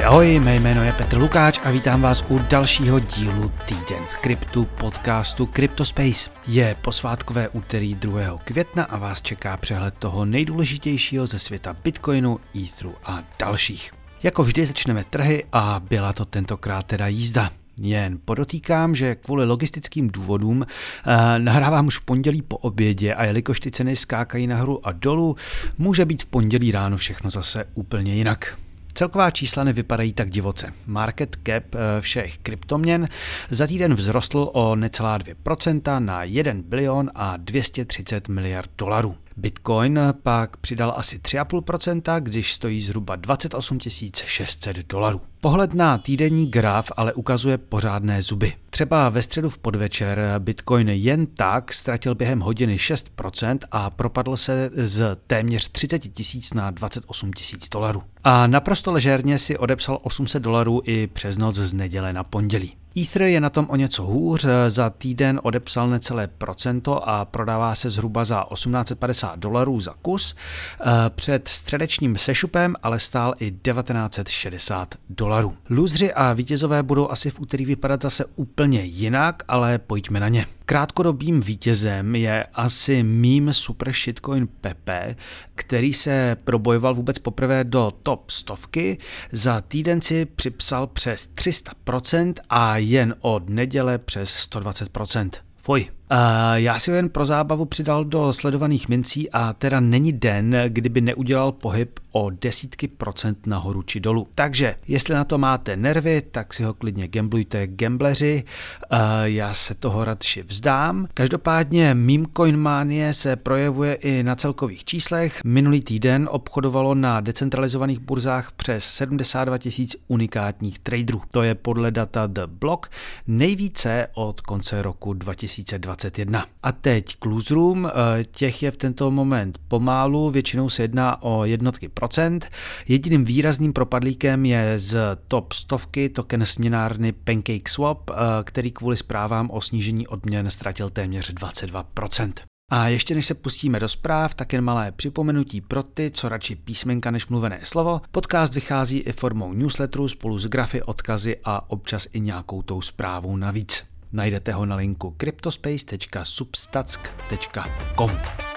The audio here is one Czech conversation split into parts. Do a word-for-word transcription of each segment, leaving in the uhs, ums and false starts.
Ahoj, ahoj, mé jméno je Petr Lukáč a vítám vás u dalšího dílu Týden v kryptu podcastu CryptoSpace. Je posvátkové úterý druhého května a vás čeká přehled toho nejdůležitějšího ze světa Bitcoinu, Etheru a dalších. Jako vždy začneme trhy a byla to tentokrát teda jízda. Jen podotýkám, že kvůli logistickým důvodům eh, nahrávám už v pondělí po obědě a jelikož ty ceny skákají nahoru a dolů, může být v pondělí ráno všechno zase úplně jinak. Celková čísla nevypadají tak divoce. Market cap všech kryptoměn za týden vzrostl o necelá dvě procenta na jeden bilion a dvě stě třicet miliard dolarů. Bitcoin pak přidal asi tři celá pět procenta, když stojí zhruba dvacet osm tisíc šest set dolarů. Pohled na týdenní graf ale ukazuje pořádné zuby. Třeba ve středu v podvečer Bitcoin jen tak ztratil během hodiny šest procent a propadl se z téměř třicet tisíc na dvacet osm tisíc dolarů. A naprosto ležérně si odepsal osm set dolarů i přes noc z neděle na pondělí. Ether je na tom o něco hůř, za týden odepsal necelé procento a prodává se zhruba za tisíc osm set padesát dolarů za kus. Před středečním sešupem ale stál i devatenáct set šedesát dolarů. Lůzři a vítězové budou asi v úterý vypadat zase úplně jinak, ale pojďme na ně. Krátkodobým vítězem je asi meme Super Shitcoin Pepe, který se probojoval vůbec poprvé do top stovky. Za týden si připsal přes tři sta procent a jen od neděle přes sto dvacet procent. Fuj. Uh, já si ho jen pro zábavu přidal do sledovaných mincí a teda není den, kdyby neudělal pohyb o desítky procent nahoru či dolů. Takže, jestli na to máte nervy, tak si ho klidně gamblujte, gambleři. Uh, já se toho radši vzdám. Každopádně meme coin manie se projevuje i na celkových číslech. Minulý týden obchodovalo na decentralizovaných burzách přes sedmdesát dva tisíc unikátních traderů. To je podle data The Block nejvíce od konce roku dva tisíce dvacet jedna. A teď k loserům, těch je v tento moment pomálu, většinou se jedná o jednotky procent. Jediným výrazným propadlíkem je z top stovky token směnárny PancakeSwap, který kvůli zprávám o snížení odměn ztratil téměř dvacet dva procent. A ještě než se pustíme do zpráv, tak jen malé připomenutí pro ty, co radši písmenka než mluvené slovo. Podcast vychází i formou newsletteru spolu s grafy, odkazy a občas i nějakou tou zprávou navíc. Najdete ho na linku cryptospace tečka substatsk tečka com.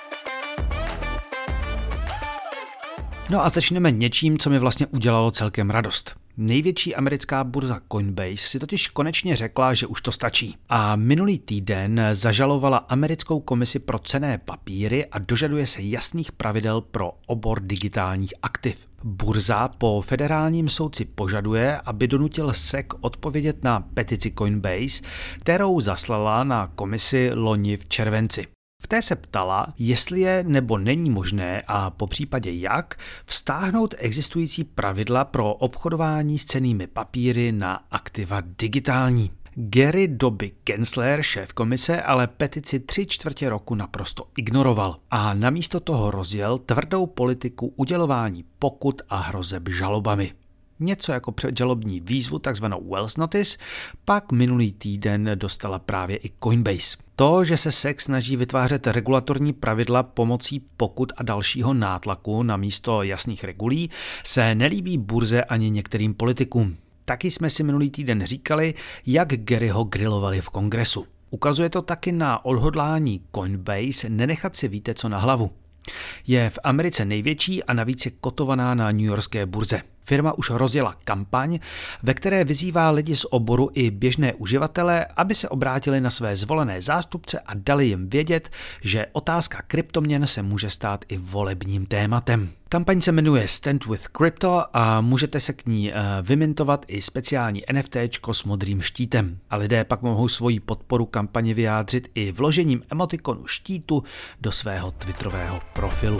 No a začneme něčím, co mi vlastně udělalo celkem radost. Největší americká burza Coinbase si totiž konečně řekla, že už to stačí. A minulý týden zažalovala americkou komisi pro cenné papíry a dožaduje se jasných pravidel pro obor digitálních aktiv. Burza po federálním soudci požaduje, aby donutil S E C odpovědět na petici Coinbase, kterou zaslala na komisi loni v červenci. V té se ptala, jestli je nebo není možné a popřípadě jak vztáhnout existující pravidla pro obchodování s cennými papíry na aktiva digitální. Gary Doby Gensler, šéf komise, ale petici tři čtvrtě roku naprosto ignoroval a namísto toho rozjel tvrdou politiku udělování pokut a hrozeb žalobami. Něco jako předžalobní výzvu, takzvanou Wells Notice, pak minulý týden dostala právě i Coinbase. To, že se S E C snaží vytvářet regulatorní pravidla pomocí pokut a dalšího nátlaku na místo jasných regulí, se nelíbí burze ani některým politikům. Taky jsme si minulý týden říkali, jak Garyho grilovali v kongresu. Ukazuje to taky na odhodlání Coinbase nenechat si víte co na hlavu. Je v Americe největší a navíc je kotovaná na newyorské burze. Firma už rozjela kampaň, ve které vyzývá lidi z oboru i běžné uživatele, aby se obrátili na své zvolené zástupce a dali jim vědět, že otázka kryptoměn se může stát i volebním tématem. Kampaň se jmenuje Stand with Crypto a můžete se k ní vymintovat i speciální NFTčko s modrým štítem. A lidé pak mohou svoji podporu kampani vyjádřit i vložením emotikonu štítu do svého twitterového profilu.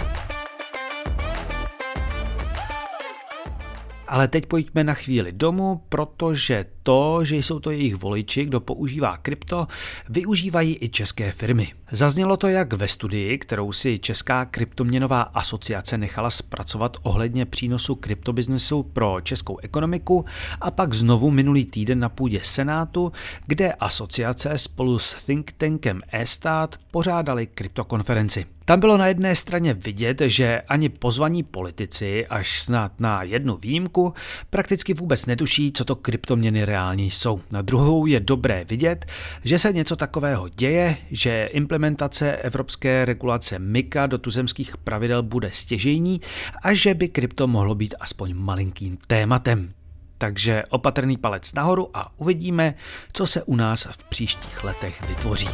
Ale teď pojďme na chvíli domů, protože to, že jsou to jejich voliči, kdo používá krypto, využívají i české firmy. Zaznělo to jak ve studii, kterou si Česká kryptoměnová asociace nechala zpracovat ohledně přínosu kryptobiznesu pro českou ekonomiku a pak znovu minulý týden na půdě Senátu, kde asociace spolu s think tankem eStát pořádali kryptokonferenci. Tam bylo na jedné straně vidět, že ani pozvaní politici, až snad na jednu výjimku, prakticky vůbec netuší, co to kryptoměny reálně jsou. Na druhou je dobré vidět, že se něco takového děje, že implementace evropské regulace MiCA do tuzemských pravidel bude stěžejní a že by krypto mohlo být aspoň malinkým tématem. Takže opatrný palec nahoru a uvidíme, co se u nás v příštích letech vytvoří.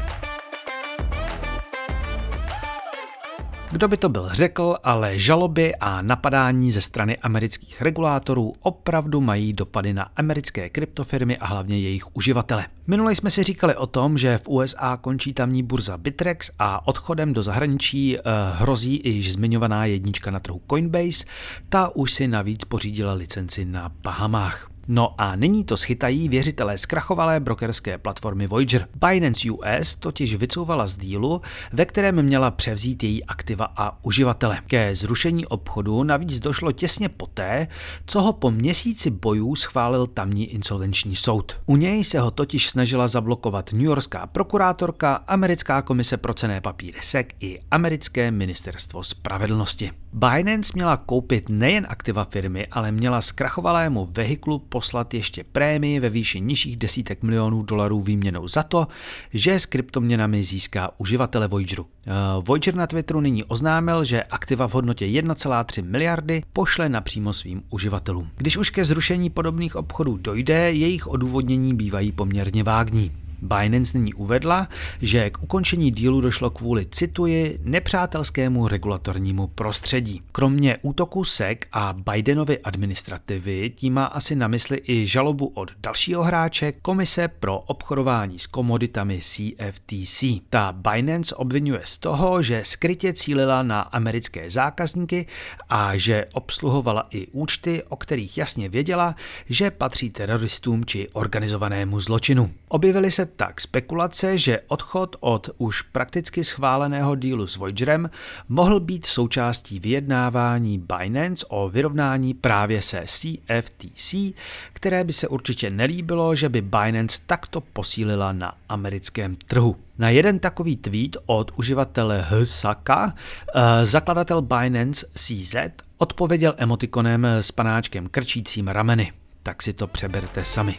Kdo by to byl řekl, ale žaloby a napadání ze strany amerických regulátorů opravdu mají dopady na americké kryptofirmy a hlavně jejich uživatele. Minule jsme si říkali o tom, že v U S A končí tamní burza Bittrex a odchodem do zahraničí eh, hrozí i již zmiňovaná jednička na trhu Coinbase, ta už si navíc pořídila licenci na Bahamách. No a nyní to schytají věřitelé zkrachovalé brokerské platformy Voyager. Binance U S totiž vycouvala z dílu, ve kterém měla převzít její aktiva a uživatele. Ke zrušení obchodu navíc došlo těsně poté, co ho po měsíci bojů schválil tamní insolvenční soud. U něj se ho totiž snažila zablokovat newyorská prokurátorka, americká komise pro cenné papíry S E C i americké ministerstvo spravedlnosti. Binance měla koupit nejen aktiva firmy, ale měla zkrachovalému vehiklu poslat ještě prémii ve výši nižších desítek milionů dolarů výměnou za to, že s kryptoměnami získá uživatele Voyageru. Voyager na Twitteru nyní oznámil, že aktiva v hodnotě jedna celá tři miliardy pošle napřímo svým uživatelům. Když už ke zrušení podobných obchodů dojde, jejich odůvodnění bývají poměrně vágní. Binance nyní uvedla, že k ukončení dílu došlo kvůli, cituji, nepřátelskému regulatornímu prostředí. Kromě útoku S E C a Bidenovy administrativy tím má asi na mysli i žalobu od dalšího hráče, Komise pro obchodování s komoditami C F T C. Ta Binance obvinuje z toho, že skrytě cílila na americké zákazníky a že obsluhovala i účty, o kterých jasně věděla, že patří teroristům či organizovanému zločinu. Objevily se tak spekulace, že odchod od už prakticky schváleného dílu s Voyagerem mohl být součástí vyjednávání Binance o vyrovnání právě se C F T C, které by se určitě nelíbilo, že by Binance takto posílila na americkém trhu. Na jeden takový tweet od uživatele Hsaka zakladatel Binance C Z odpověděl emotikonem s panáčkem krčícím rameny. Tak si to přeberte sami.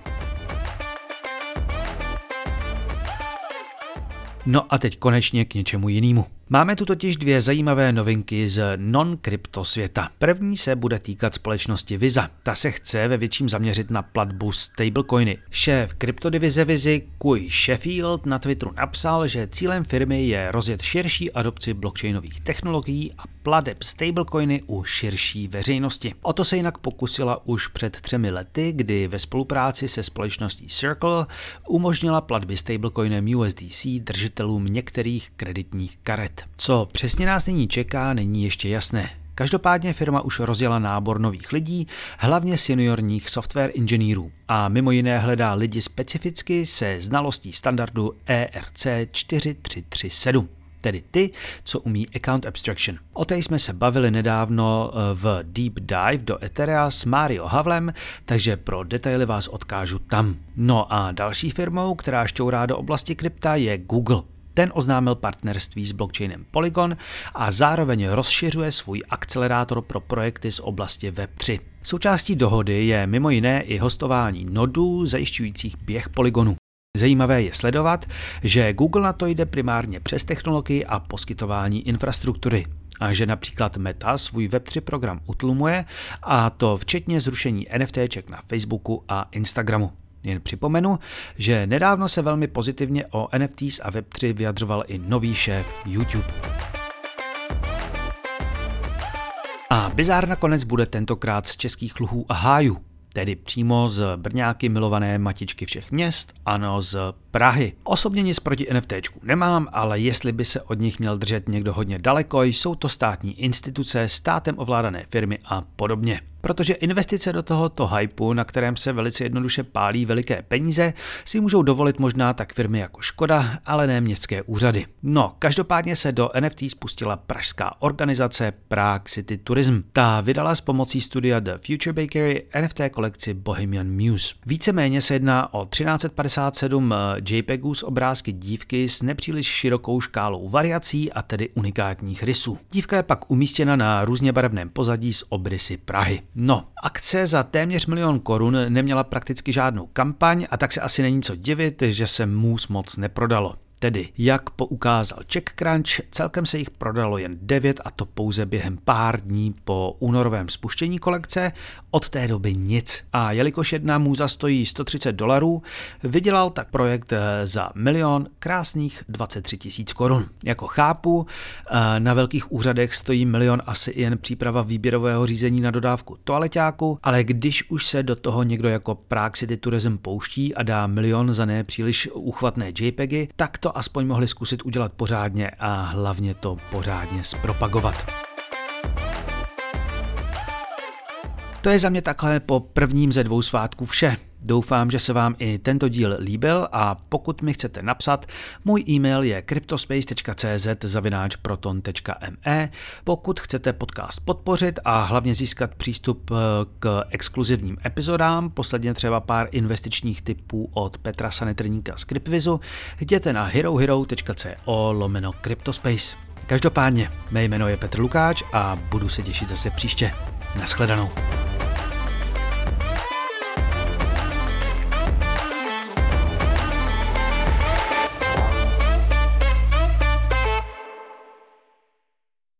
No a teď konečně k něčemu jinému. Máme tu totiž dvě zajímavé novinky z non-krypto světa. První se bude týkat společnosti Visa. Ta se chce ve větším zaměřit na platbu stablecoiny. Šéf kryptodivize Visy Kuy Sheffield na Twitteru napsal, že cílem firmy je rozjet širší adopci blockchainových technologií a plateb stablecoiny u širší veřejnosti. O to se jinak pokusila už před třemi lety, kdy ve spolupráci se společností Circle umožnila platby stablecoinem U S D C držitelům některých kreditních karet. Co přesně nás nyní čeká, není ještě jasné. Každopádně firma už rozjela nábor nových lidí, hlavně seniorních software inženýrů a mimo jiné hledá lidi specificky se znalostí standardu E R C čtyři tři tři sedm. Tedy ty, co umí account abstraction. O té jsme se bavili nedávno v Deep Dive do Etherea s Mario Havlem, takže pro detaily vás odkážu tam. No a další firmou, která šťourá do oblasti krypta, je Google. Ten oznámil partnerství s blockchainem Polygon a zároveň rozšiřuje svůj akcelerátor pro projekty z oblasti web tři. Součástí dohody je mimo jiné i hostování nodů zajišťujících běh Polygonu. Zajímavé je sledovat, že Google na to jde primárně přes technologii a poskytování infrastruktury. A že například Meta svůj web tři program utlumuje, a to včetně zrušení NFTček na Facebooku a Instagramu. Jen připomenu, že nedávno se velmi pozitivně o N F Ts a web tři vyjadřoval i nový šéf YouTube. A bizár nakonec bude tentokrát z českých luhů a hájů, tedy přímo z Brňáky milované matičky všech měst, ano z Prahy. Osobně nic proti NFTčku nemám, ale jestli by se od nich měl držet někdo hodně daleko, jsou to státní instituce, státem ovládané firmy a podobně. Protože investice do tohoto hypu, na kterém se velice jednoduše pálí veliké peníze, si můžou dovolit možná tak firmy jako Škoda, ale ne městské úřady. No, každopádně se do N F T spustila pražská organizace Prague City Tourism. Ta vydala s pomocí studia The Future Bakery N F T kolekci Bohemian Muse. Víceméně se jedná o třináct set padesát sedm JPEGů s obrázky dívky s nepříliš širokou škálou variací a tedy unikátních rysů. Dívka je pak umístěna na různě barevném pozadí s obrysy Prahy. No, akce za téměř milion korun neměla prakticky žádnou kampaň a tak se asi není co divit, že se můz moc neprodalo. Tedy, jak poukázal CheckCrunch, celkem se jich prodalo jen devět a to pouze během pár dní po únorovém spuštění kolekce, od té doby nic. A jelikož jedna můza stojí sto třicet dolarů, vydělal tak projekt za milion krásných dvacet tři tisíc korun. Jako chápu, na velkých úřadech stojí milion asi jen příprava výběrového řízení na dodávku toaleťáku, ale když už se do toho někdo jako Prague City Tourism pouští a dá milion za nepříliš úchvatné JPEGy, tak to aspoň mohli zkusit udělat pořádně a hlavně to pořádně zpropagovat. To je za mě takhle po prvním ze dvou svátků vše. Doufám, že se vám i tento díl líbil a pokud mi chcete napsat, můj e-mail je cryptospace tečka cz zavináč proton tečka me. Pokud chcete podcast podpořit a hlavně získat přístup k exkluzivním epizodám, posledně třeba pár investičních tipů od Petra Sanitrníka z Cryptvizu, jděte na herohero tečka co lomeno cryptospace. Každopádně, mé jméno je Petr Lukáč a budu se těšit zase příště. Naschledanou.